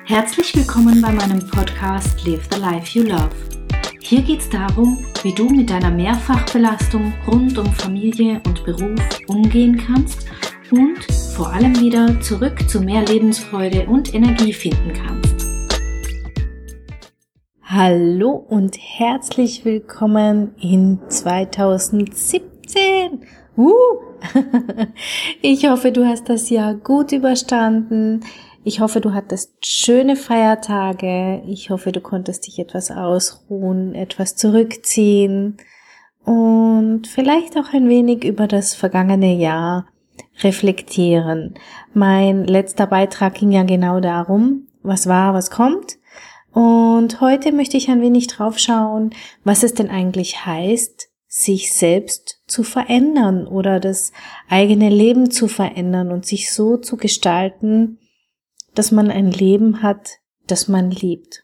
Herzlich willkommen bei meinem Podcast Live the Life You Love. Hier geht es darum, wie du mit deiner Mehrfachbelastung rund um Familie und Beruf umgehen kannst und vor allem wieder zurück zu mehr Lebensfreude und Energie finden kannst. Hallo und herzlich willkommen in 2017. Ich hoffe, du hast das Jahr gut überstanden. Ich hoffe, du hattest schöne Feiertage. Ich hoffe, du konntest dich etwas ausruhen, etwas zurückziehen und vielleicht auch ein wenig über das vergangene Jahr reflektieren. Mein letzter Beitrag ging ja genau darum, was war, was kommt. Und heute möchte ich ein wenig drauf schauen, was es denn eigentlich heißt, sich selbst zu verändern oder das eigene Leben zu verändern und sich so zu gestalten, dass man ein Leben hat, das man liebt.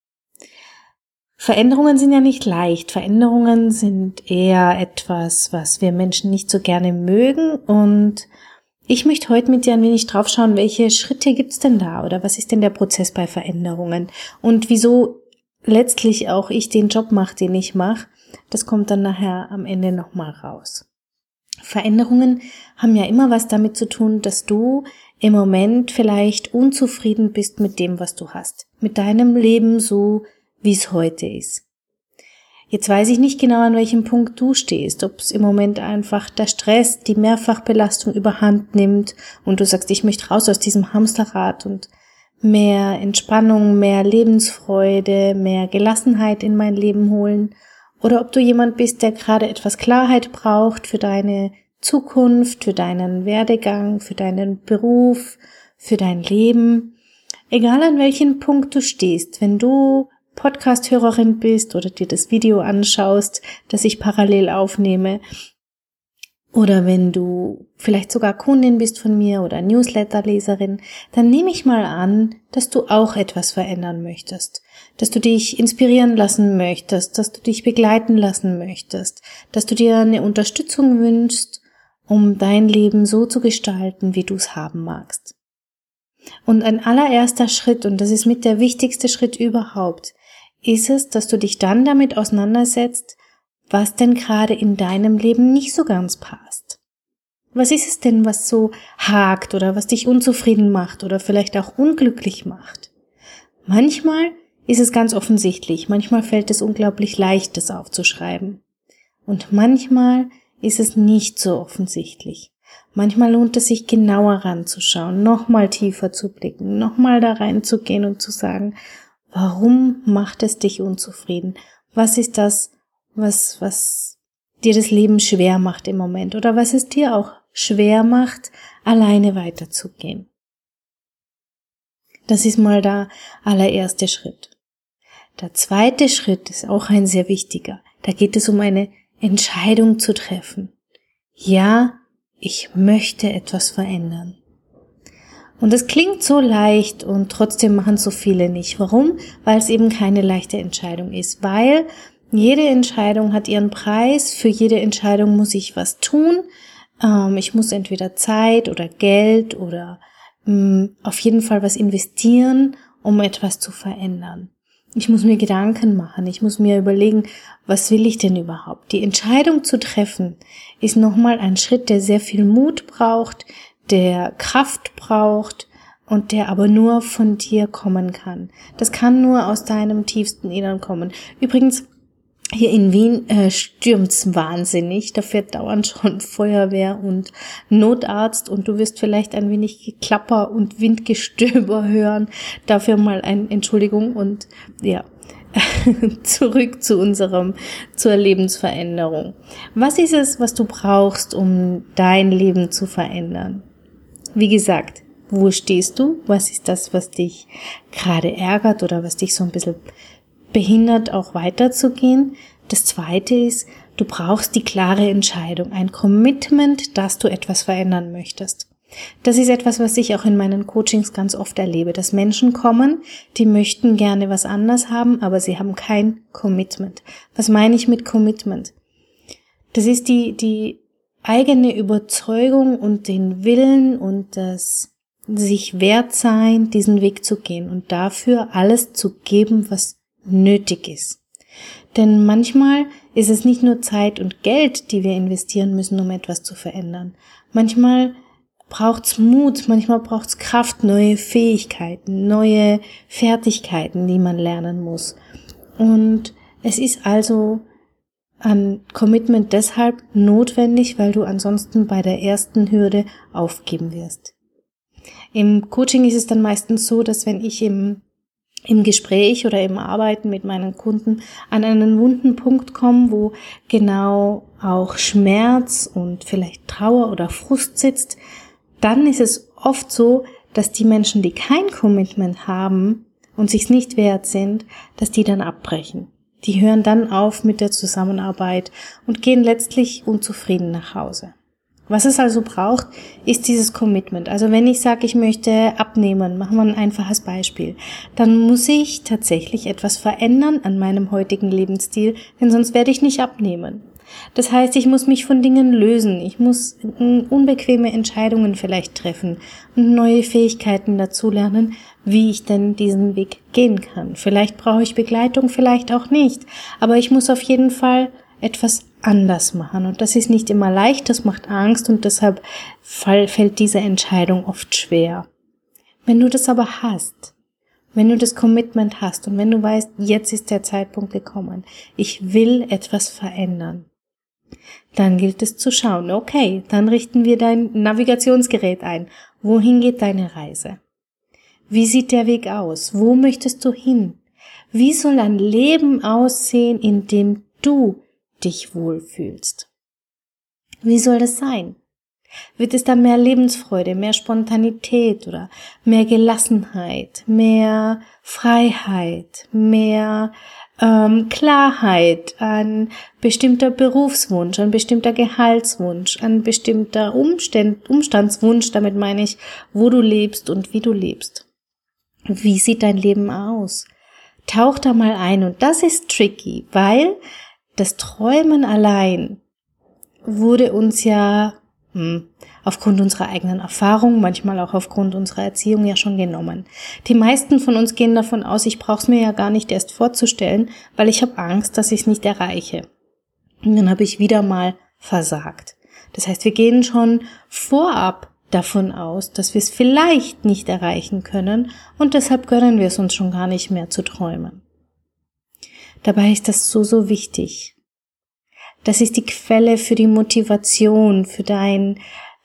Veränderungen sind ja nicht leicht. Veränderungen sind eher etwas, was wir Menschen nicht so gerne mögen. Und ich möchte heute mit dir ein wenig drauf schauen, welche Schritte gibt's denn da oder was ist denn der Prozess bei Veränderungen und wieso letztlich auch ich den Job mache, den ich mache. Das kommt dann nachher am Ende nochmal raus. Veränderungen haben ja immer was damit zu tun, dass du im Moment vielleicht unzufrieden bist mit dem, was du hast. Mit deinem Leben so, wie es heute ist. Jetzt weiß ich nicht genau, an welchem Punkt du stehst. Ob es im Moment einfach der Stress, die Mehrfachbelastung überhand nimmt und du sagst, ich möchte raus aus diesem Hamsterrad und mehr Entspannung, mehr Lebensfreude, mehr Gelassenheit in mein Leben holen. Oder ob du jemand bist, der gerade etwas Klarheit braucht für deine Zukunft, für deinen Werdegang, für deinen Beruf, für dein Leben. Egal an welchem Punkt du stehst, wenn du Podcast-Hörerin bist oder dir das Video anschaust, das ich parallel aufnehme, oder wenn du vielleicht sogar Kundin bist von mir oder Newsletter-Leserin, dann nehme ich mal an, dass du auch etwas verändern möchtest, dass du dich inspirieren lassen möchtest, dass du dich begleiten lassen möchtest, dass du dir eine Unterstützung wünschst, um dein Leben so zu gestalten, wie du es haben magst. Und ein allererster Schritt, und das ist mit der wichtigste Schritt überhaupt, ist es, dass du dich dann damit auseinandersetzt, was denn gerade in deinem Leben nicht so ganz passt. Was ist es denn, was so hakt oder was dich unzufrieden macht oder vielleicht auch unglücklich macht? Manchmal ist es ganz offensichtlich, manchmal fällt es unglaublich leicht, das aufzuschreiben. Und manchmal ist es nicht so offensichtlich. Manchmal lohnt es sich genauer ranzuschauen, nochmal tiefer zu blicken, nochmal da reinzugehen und zu sagen, warum macht es dich unzufrieden? Was ist das, was dir das Leben schwer macht im Moment oder was es dir auch schwer macht, alleine weiterzugehen? Das ist mal der allererste Schritt. Der zweite Schritt ist auch ein sehr wichtiger. Da geht es um eine Entscheidung zu treffen. Ja, ich möchte etwas verändern. Und es klingt so leicht und trotzdem machen so viele nicht. Warum? Weil es eben keine leichte Entscheidung ist. Weil jede Entscheidung hat ihren Preis. Für jede Entscheidung muss ich was tun. Ich muss entweder Zeit oder Geld oder auf jeden Fall was investieren, um etwas zu verändern. Ich muss mir Gedanken machen, ich muss mir überlegen, was will ich denn überhaupt? Die Entscheidung zu treffen ist nochmal ein Schritt, der sehr viel Mut braucht, der Kraft braucht und der aber nur von dir kommen kann. Das kann nur aus deinem tiefsten Innern kommen. Übrigens, hier in Wien stürmt's wahnsinnig. Da fährt dauernd schon Feuerwehr und Notarzt und du wirst vielleicht ein wenig Geklapper und Windgestöber hören. Dafür mal eine Entschuldigung und ja, zurück zur Lebensveränderung. Was ist es, was du brauchst, um dein Leben zu verändern? Wie gesagt, wo stehst du? Was ist das, was dich gerade ärgert oder was dich so ein bisschen behindert, auch weiterzugehen? Das zweite ist, du brauchst die klare Entscheidung, ein Commitment, dass du etwas verändern möchtest. Das ist etwas, was ich auch in meinen Coachings ganz oft erlebe, dass Menschen kommen, die möchten gerne was anders haben, aber sie haben kein Commitment. Was meine ich mit Commitment? Das ist die eigene Überzeugung und den Willen und sich wert sein, diesen Weg zu gehen und dafür alles zu geben, was nötig ist. Denn manchmal ist es nicht nur Zeit und Geld, die wir investieren müssen, um etwas zu verändern. Manchmal braucht's Mut, manchmal braucht's Kraft, neue Fähigkeiten, neue Fertigkeiten, die man lernen muss. Und es ist also ein Commitment deshalb notwendig, weil du ansonsten bei der ersten Hürde aufgeben wirst. Im Coaching ist es dann meistens so, dass wenn ich im Gespräch oder im Arbeiten mit meinen Kunden an einen wunden Punkt komme, wo genau auch Schmerz und vielleicht Trauer oder Frust sitzt, dann ist es oft so, dass die Menschen, die kein Commitment haben und sich's nicht wert sind, dass die dann abbrechen. Die hören dann auf mit der Zusammenarbeit und gehen letztlich unzufrieden nach Hause. Was es also braucht, ist dieses Commitment. Also wenn ich sage, ich möchte abnehmen, machen wir ein einfaches Beispiel, dann muss ich tatsächlich etwas verändern an meinem heutigen Lebensstil, denn sonst werde ich nicht abnehmen. Das heißt, ich muss mich von Dingen lösen, ich muss unbequeme Entscheidungen vielleicht treffen und neue Fähigkeiten dazulernen, wie ich denn diesen Weg gehen kann. Vielleicht brauche ich Begleitung, vielleicht auch nicht, aber ich muss auf jeden Fall etwas anders machen und das ist nicht immer leicht, das macht Angst und deshalb fällt diese Entscheidung oft schwer. Wenn du das aber hast, wenn du das Commitment hast und wenn du weißt, jetzt ist der Zeitpunkt gekommen, ich will etwas verändern, dann gilt es zu schauen, okay, dann richten wir dein Navigationsgerät ein. Wohin geht deine Reise? Wie sieht der Weg aus? Wo möchtest du hin? Wie soll ein Leben aussehen, in dem du dich wohlfühlst? Wie soll das sein? Wird es da mehr Lebensfreude, mehr Spontanität oder mehr Gelassenheit, mehr Freiheit, mehr Klarheit, ein bestimmter Berufswunsch, ein bestimmter Gehaltswunsch, ein bestimmter Umstandswunsch, damit meine ich, wo du lebst und wie du lebst. Wie sieht dein Leben aus? Tauch da mal ein und das ist tricky, weil das Träumen allein wurde uns ja aufgrund unserer eigenen Erfahrung, manchmal auch aufgrund unserer Erziehung ja schon genommen. Die meisten von uns gehen davon aus, ich brauche es mir ja gar nicht erst vorzustellen, weil ich habe Angst, dass ich es nicht erreiche. Und dann habe ich wieder mal versagt. Das heißt, wir gehen schon vorab davon aus, dass wir es vielleicht nicht erreichen können und deshalb gönnen wir es uns schon gar nicht mehr zu träumen. Dabei ist das so wichtig. Das ist die Quelle für die Motivation, für dein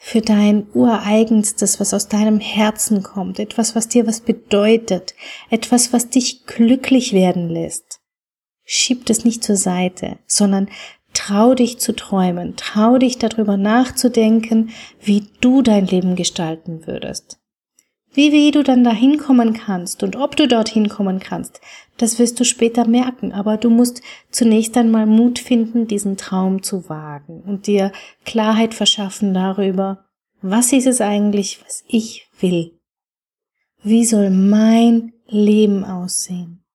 Ureigenstes, was aus deinem Herzen kommt, etwas, was dir was bedeutet, etwas, was dich glücklich werden lässt. Schieb das nicht zur Seite, sondern trau dich zu träumen, trau dich darüber nachzudenken, wie du dein Leben gestalten würdest. Wie du dann dahin kommen kannst und ob du dorthin kommen kannst, das wirst du später merken, aber du musst zunächst einmal Mut finden, diesen Traum zu wagen und dir Klarheit verschaffen darüber, was ist es eigentlich, was ich will? Wie soll mein Leben aussehen?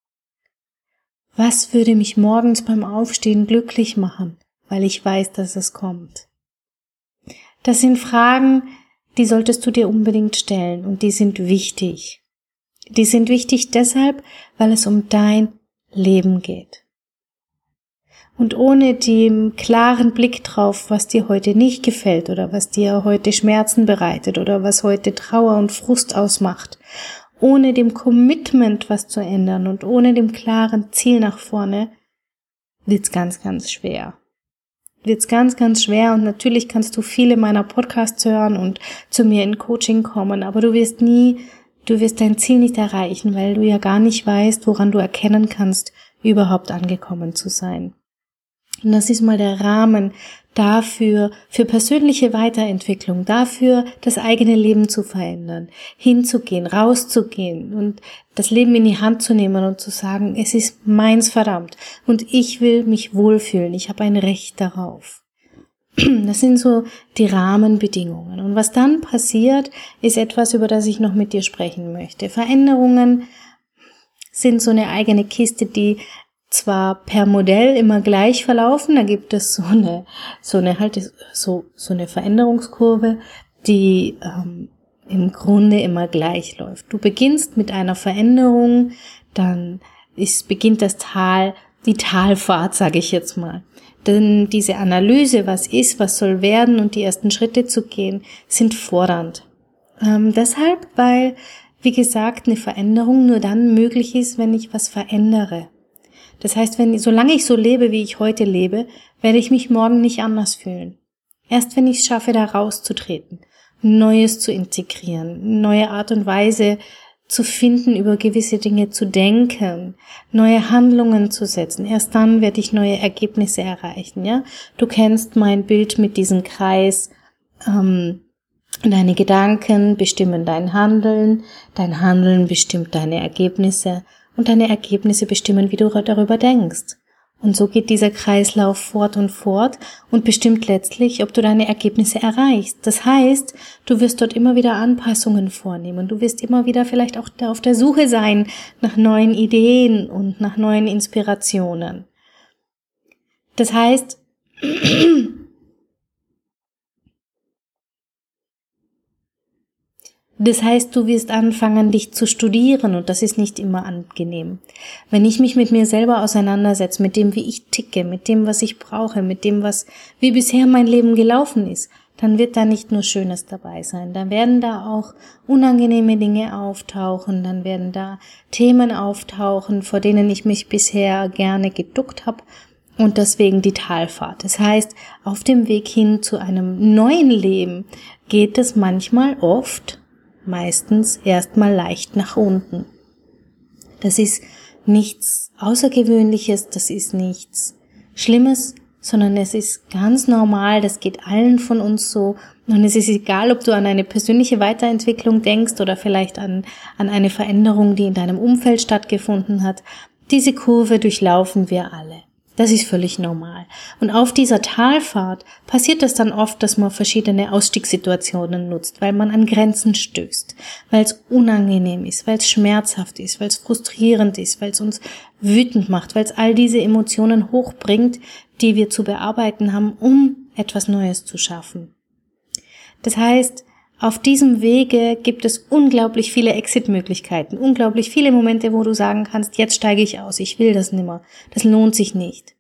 Was würde mich morgens beim Aufstehen glücklich machen, weil ich weiß, dass es kommt? Das sind Fragen, die solltest du dir unbedingt stellen und die sind wichtig. Die sind wichtig deshalb, weil es um dein Leben geht. Und ohne den klaren Blick drauf, was dir heute nicht gefällt oder was dir heute Schmerzen bereitet oder was heute Trauer und Frust ausmacht, ohne dem Commitment was zu ändern und ohne dem klaren Ziel nach vorne, wird's ganz, ganz schwer. Wird's ganz, ganz schwer und natürlich kannst du viele meiner Podcasts hören und zu mir in Coaching kommen, aber du wirst dein Ziel nicht erreichen, weil du ja gar nicht weißt, woran du erkennen kannst, überhaupt angekommen zu sein. Und das ist mal der Rahmen dafür, für persönliche Weiterentwicklung, dafür das eigene Leben zu verändern, hinzugehen, rauszugehen und das Leben in die Hand zu nehmen und zu sagen, es ist meins verdammt und ich will mich wohlfühlen, ich habe ein Recht darauf. Das sind so die Rahmenbedingungen. Und was dann passiert, ist etwas, über das ich noch mit dir sprechen möchte. Veränderungen sind so eine eigene Kiste, die zwar per Modell immer gleich verlaufen, da gibt es so eine Veränderungskurve, die im Grunde immer gleich läuft. Du beginnst mit einer Veränderung, dann beginnt die Talfahrt, sage ich jetzt mal. Denn diese Analyse, was ist, was soll werden und die ersten Schritte zu gehen, sind fordernd. Deshalb, weil, wie gesagt, eine Veränderung nur dann möglich ist, wenn ich was verändere. Das heißt, solange ich so lebe, wie ich heute lebe, werde ich mich morgen nicht anders fühlen. Erst wenn ich es schaffe, da rauszutreten, Neues zu integrieren, neue Art und Weise zu finden, über gewisse Dinge zu denken, neue Handlungen zu setzen. Erst dann werde ich neue Ergebnisse erreichen, ja? Du kennst mein Bild mit diesem Kreis. Deine Gedanken bestimmen dein Handeln bestimmt deine Ergebnisse und deine Ergebnisse bestimmen, wie du darüber denkst. Und so geht dieser Kreislauf fort und bestimmt letztlich, ob du deine Ergebnisse erreichst. Das heißt, du wirst dort immer wieder Anpassungen vornehmen und du wirst immer wieder vielleicht auch auf der Suche sein nach neuen Ideen und nach neuen Inspirationen. Das heißt, du wirst anfangen, dich zu studieren und das ist nicht immer angenehm. Wenn ich mich mit mir selber auseinandersetze, mit dem, wie ich ticke, mit dem, was ich brauche, mit dem, wie bisher mein Leben gelaufen ist, dann wird da nicht nur Schönes dabei sein. Dann werden da auch unangenehme Dinge auftauchen, dann werden da Themen auftauchen, vor denen ich mich bisher gerne geduckt habe. Und deswegen die Talfahrt. Das heißt, auf dem Weg hin zu einem neuen Leben geht es meistens erstmal leicht nach unten. Das ist nichts Außergewöhnliches, das ist nichts Schlimmes, sondern es ist ganz normal, das geht allen von uns so. Und es ist egal, ob du an eine persönliche Weiterentwicklung denkst oder vielleicht an eine Veränderung, die in deinem Umfeld stattgefunden hat. Diese Kurve durchlaufen wir alle. Das ist völlig normal. Und auf dieser Talfahrt passiert es dann oft, dass man verschiedene Ausstiegssituationen nutzt, weil man an Grenzen stößt, weil es unangenehm ist, weil es schmerzhaft ist, weil es frustrierend ist, weil es uns wütend macht, weil es all diese Emotionen hochbringt, die wir zu bearbeiten haben, um etwas Neues zu schaffen. Das heißt, auf diesem Wege gibt es unglaublich viele Exit-Möglichkeiten, unglaublich viele Momente, wo du sagen kannst, jetzt steige ich aus, ich will das nimmer, das lohnt sich nicht.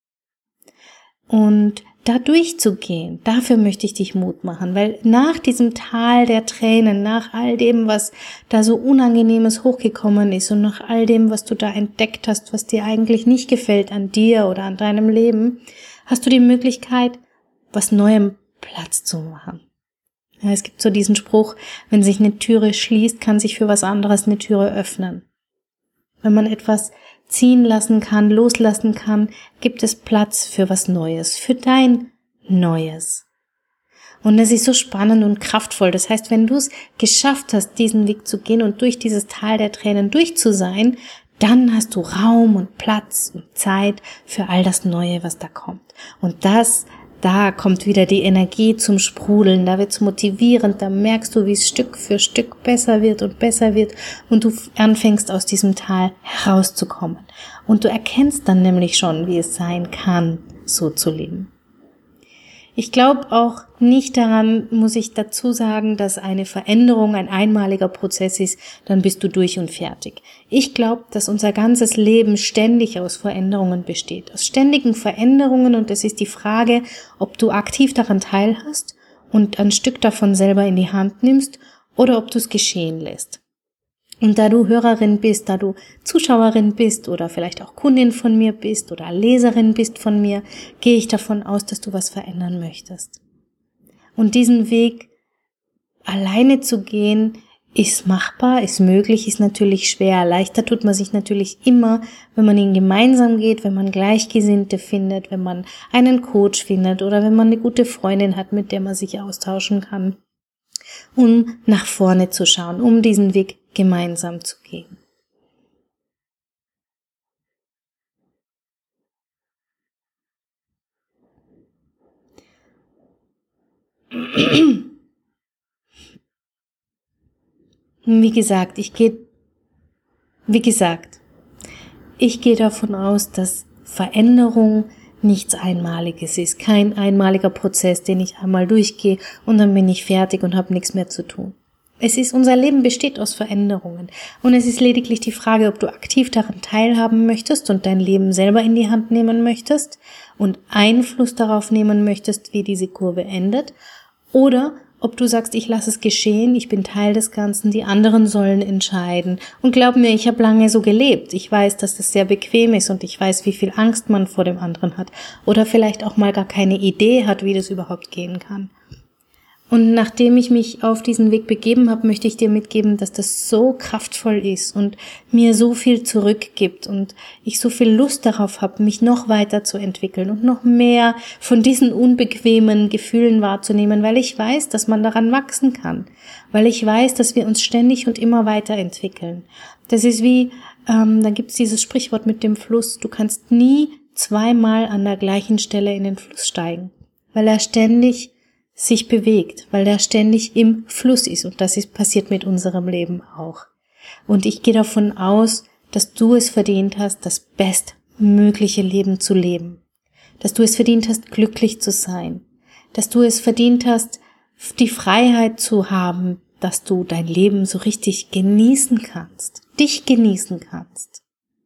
Und da durchzugehen, dafür möchte ich dich Mut machen, weil nach diesem Tal der Tränen, nach all dem, was da so Unangenehmes hochgekommen ist und nach all dem, was du da entdeckt hast, was dir eigentlich nicht gefällt an dir oder an deinem Leben, hast du die Möglichkeit, was Neuem Platz zu machen. Ja, es gibt so diesen Spruch, wenn sich eine Türe schließt, kann sich für was anderes eine Türe öffnen. Wenn man etwas ziehen lassen kann, loslassen kann, gibt es Platz für was Neues, für dein Neues. Und das ist so spannend und kraftvoll. Das heißt, wenn du es geschafft hast, diesen Weg zu gehen und durch dieses Tal der Tränen durch zu sein, dann hast du Raum und Platz und Zeit für all das Neue, was da kommt. Und da kommt wieder die Energie zum Sprudeln, da wird's motivierend, da merkst du, wie es Stück für Stück besser wird und du anfängst aus diesem Tal herauszukommen. Und du erkennst dann nämlich schon, wie es sein kann, so zu leben. Ich glaube auch nicht daran, muss ich dazu sagen, dass eine Veränderung ein einmaliger Prozess ist, dann bist du durch und fertig. Ich glaube, dass unser ganzes Leben ständig aus Veränderungen besteht, aus ständigen Veränderungen, und es ist die Frage, ob du aktiv daran teilhast und ein Stück davon selber in die Hand nimmst oder ob du es geschehen lässt. Und da du Hörerin bist, da du Zuschauerin bist oder vielleicht auch Kundin von mir bist oder Leserin bist von mir, gehe ich davon aus, dass du was verändern möchtest. Und diesen Weg alleine zu gehen, ist machbar, ist möglich, ist natürlich schwer. Leichter tut man sich natürlich immer, wenn man ihn gemeinsam geht, wenn man Gleichgesinnte findet, wenn man einen Coach findet oder wenn man eine gute Freundin hat, mit der man sich austauschen kann, um nach vorne zu schauen, um diesen Weg gemeinsam zu gehen. Wie gesagt, ich gehe davon aus, dass Veränderung nichts Einmaliges ist, kein einmaliger Prozess, den ich einmal durchgehe und dann bin ich fertig und habe nichts mehr zu tun. Unser Leben besteht aus Veränderungen. Und es ist lediglich die Frage, ob du aktiv daran teilhaben möchtest und dein Leben selber in die Hand nehmen möchtest und Einfluss darauf nehmen möchtest, wie diese Kurve endet, oder ob du sagst, ich lasse es geschehen, ich bin Teil des Ganzen, die anderen sollen entscheiden. Und glaub mir, ich habe lange so gelebt. Ich weiß, dass das sehr bequem ist und ich weiß, wie viel Angst man vor dem anderen hat oder vielleicht auch mal gar keine Idee hat, wie das überhaupt gehen kann. Und nachdem ich mich auf diesen Weg begeben habe, möchte ich dir mitgeben, dass das so kraftvoll ist und mir so viel zurückgibt und ich so viel Lust darauf habe, mich noch weiter zu entwickeln und noch mehr von diesen unbequemen Gefühlen wahrzunehmen, weil ich weiß, dass man daran wachsen kann, weil ich weiß, dass wir uns ständig und immer weiterentwickeln. Das ist wie, da gibt's dieses Sprichwort mit dem Fluss, du kannst nie zweimal an der gleichen Stelle in den Fluss steigen, weil er ständig sich bewegt, weil der ständig im Fluss ist und das passiert mit unserem Leben auch. Und ich gehe davon aus, dass du es verdient hast, das bestmögliche Leben zu leben, dass du es verdient hast, glücklich zu sein, dass du es verdient hast, die Freiheit zu haben, dass du dein Leben so richtig genießen kannst, dich genießen kannst.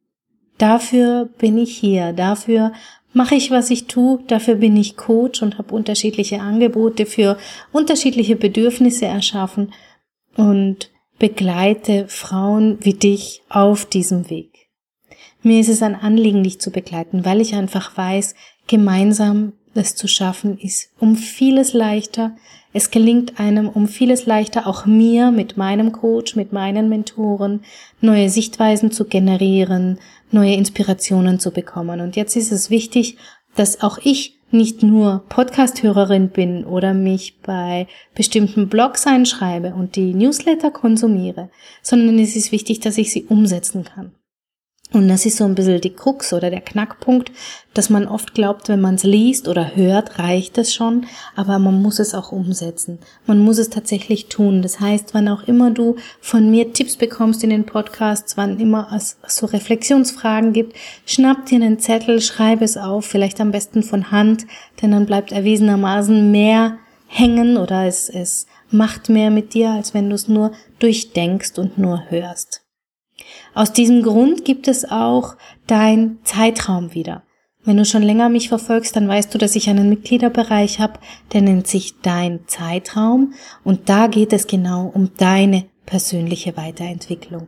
Dafür bin ich hier, dafür mache ich, was ich tue, dafür bin ich Coach und habe unterschiedliche Angebote für unterschiedliche Bedürfnisse erschaffen und begleite Frauen wie dich auf diesem Weg. Mir ist es ein Anliegen, dich zu begleiten, weil ich einfach weiß, gemeinsam das zu schaffen ist um vieles leichter. Es gelingt einem um vieles leichter, auch mir mit meinem Coach, mit meinen Mentoren, neue Sichtweisen zu generieren, neue Inspirationen zu bekommen. Und jetzt ist es wichtig, dass auch ich nicht nur Podcast-Hörerin bin oder mich bei bestimmten Blogs einschreibe und die Newsletter konsumiere, sondern es ist wichtig, dass ich sie umsetzen kann. Und das ist so ein bisschen die Krux oder der Knackpunkt, dass man oft glaubt, wenn man es liest oder hört, reicht es schon, aber man muss es auch umsetzen. Man muss es tatsächlich tun. Das heißt, wann auch immer du von mir Tipps bekommst in den Podcasts, wann immer es so Reflexionsfragen gibt, schnapp dir einen Zettel, schreib es auf, vielleicht am besten von Hand, denn dann bleibt erwiesenermaßen mehr hängen oder es macht mehr mit dir, als wenn du es nur durchdenkst und nur hörst. Aus diesem Grund gibt es auch dein Zeitraum wieder. Wenn du schon länger mich verfolgst, dann weißt du, dass ich einen Mitgliederbereich habe, der nennt sich Dein Zeitraum und da geht es genau um deine persönliche Weiterentwicklung.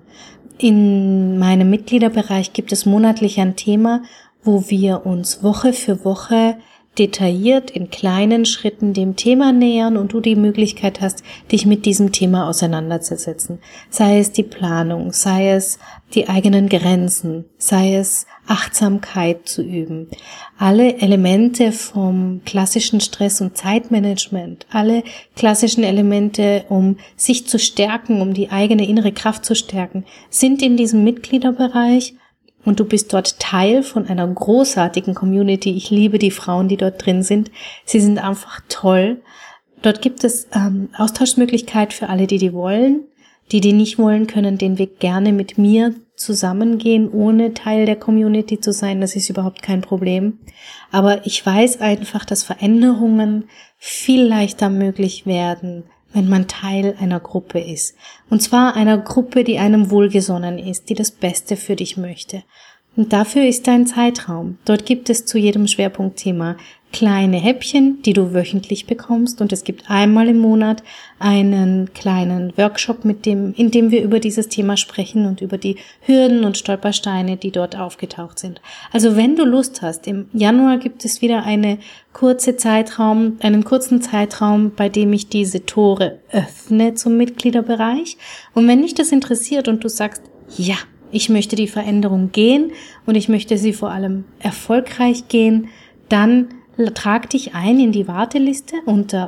In meinem Mitgliederbereich gibt es monatlich ein Thema, wo wir uns Woche für Woche detailliert in kleinen Schritten dem Thema nähern und du die Möglichkeit hast, dich mit diesem Thema auseinanderzusetzen. Sei es die Planung, sei es die eigenen Grenzen, sei es Achtsamkeit zu üben. Alle Elemente vom klassischen Stress- und Zeitmanagement, alle klassischen Elemente, um sich zu stärken, um die eigene innere Kraft zu stärken, sind in diesem Mitgliederbereich. Und du bist dort Teil von einer großartigen Community. Ich liebe die Frauen, die dort drin sind. Sie sind einfach toll. Dort gibt es Austauschmöglichkeit für alle, die wollen. Die nicht wollen, können den Weg gerne mit mir zusammengehen, ohne Teil der Community zu sein. Das ist überhaupt kein Problem. Aber ich weiß einfach, dass Veränderungen viel leichter möglich werden, wenn man Teil einer Gruppe ist. Und zwar einer Gruppe, die einem wohlgesonnen ist, die das Beste für dich möchte. Und dafür ist dein Zeitraum. Dort gibt es zu jedem Schwerpunktthema kleine Häppchen, die du wöchentlich bekommst. Und es gibt einmal im Monat einen kleinen Workshop, in dem wir über dieses Thema sprechen und über die Hürden und Stolpersteine, die dort aufgetaucht sind. Also wenn du Lust hast, im Januar gibt es wieder einen kurzen Zeitraum, bei dem ich diese Tore öffne zum Mitgliederbereich. Und wenn dich das interessiert und du sagst, ja, ich möchte die Veränderung gehen und ich möchte sie vor allem erfolgreich gehen, dann trag dich ein in die Warteliste unter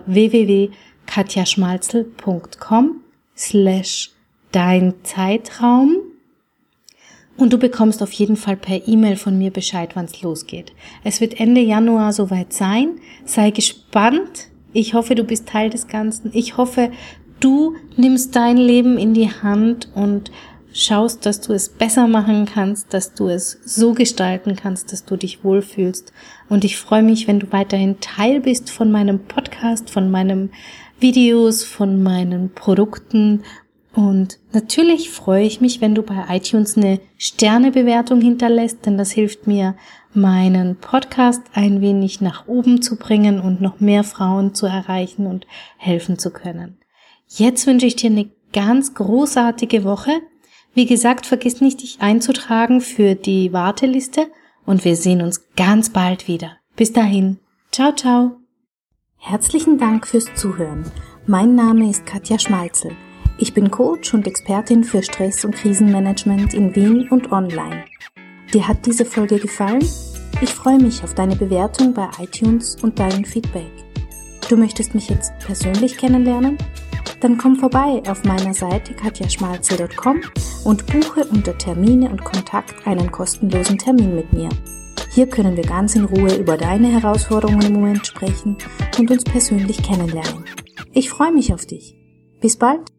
www.katjaschmalzel.com/deinzeitraum und du bekommst auf jeden Fall per E-Mail von mir Bescheid, wann es losgeht. Es wird Ende Januar soweit sein. Sei gespannt. Ich hoffe, du bist Teil des Ganzen. Ich hoffe, du nimmst dein Leben in die Hand und schaust, dass du es besser machen kannst, dass du es so gestalten kannst, dass du dich wohlfühlst. Und ich freue mich, wenn du weiterhin Teil bist von meinem Podcast, von meinen Videos, von meinen Produkten. Und natürlich freue ich mich, wenn du bei iTunes eine Sternebewertung hinterlässt, denn das hilft mir, meinen Podcast ein wenig nach oben zu bringen und noch mehr Frauen zu erreichen und helfen zu können. Jetzt wünsche ich dir eine ganz großartige Woche. Wie gesagt, vergiss nicht, dich einzutragen für die Warteliste und wir sehen uns ganz bald wieder. Bis dahin. Ciao, ciao. Herzlichen Dank fürs Zuhören. Mein Name ist Katja Schmalzel. Ich bin Coach und Expertin für Stress- und Krisenmanagement in Wien und online. Dir hat diese Folge gefallen? Ich freue mich auf deine Bewertung bei iTunes und dein Feedback. Du möchtest mich jetzt persönlich kennenlernen? Dann komm vorbei auf meiner Seite katjaschmalzel.com und buche unter Termine und Kontakt einen kostenlosen Termin mit mir. Hier können wir ganz in Ruhe über deine Herausforderungen im Moment sprechen und uns persönlich kennenlernen. Ich freue mich auf dich. Bis bald!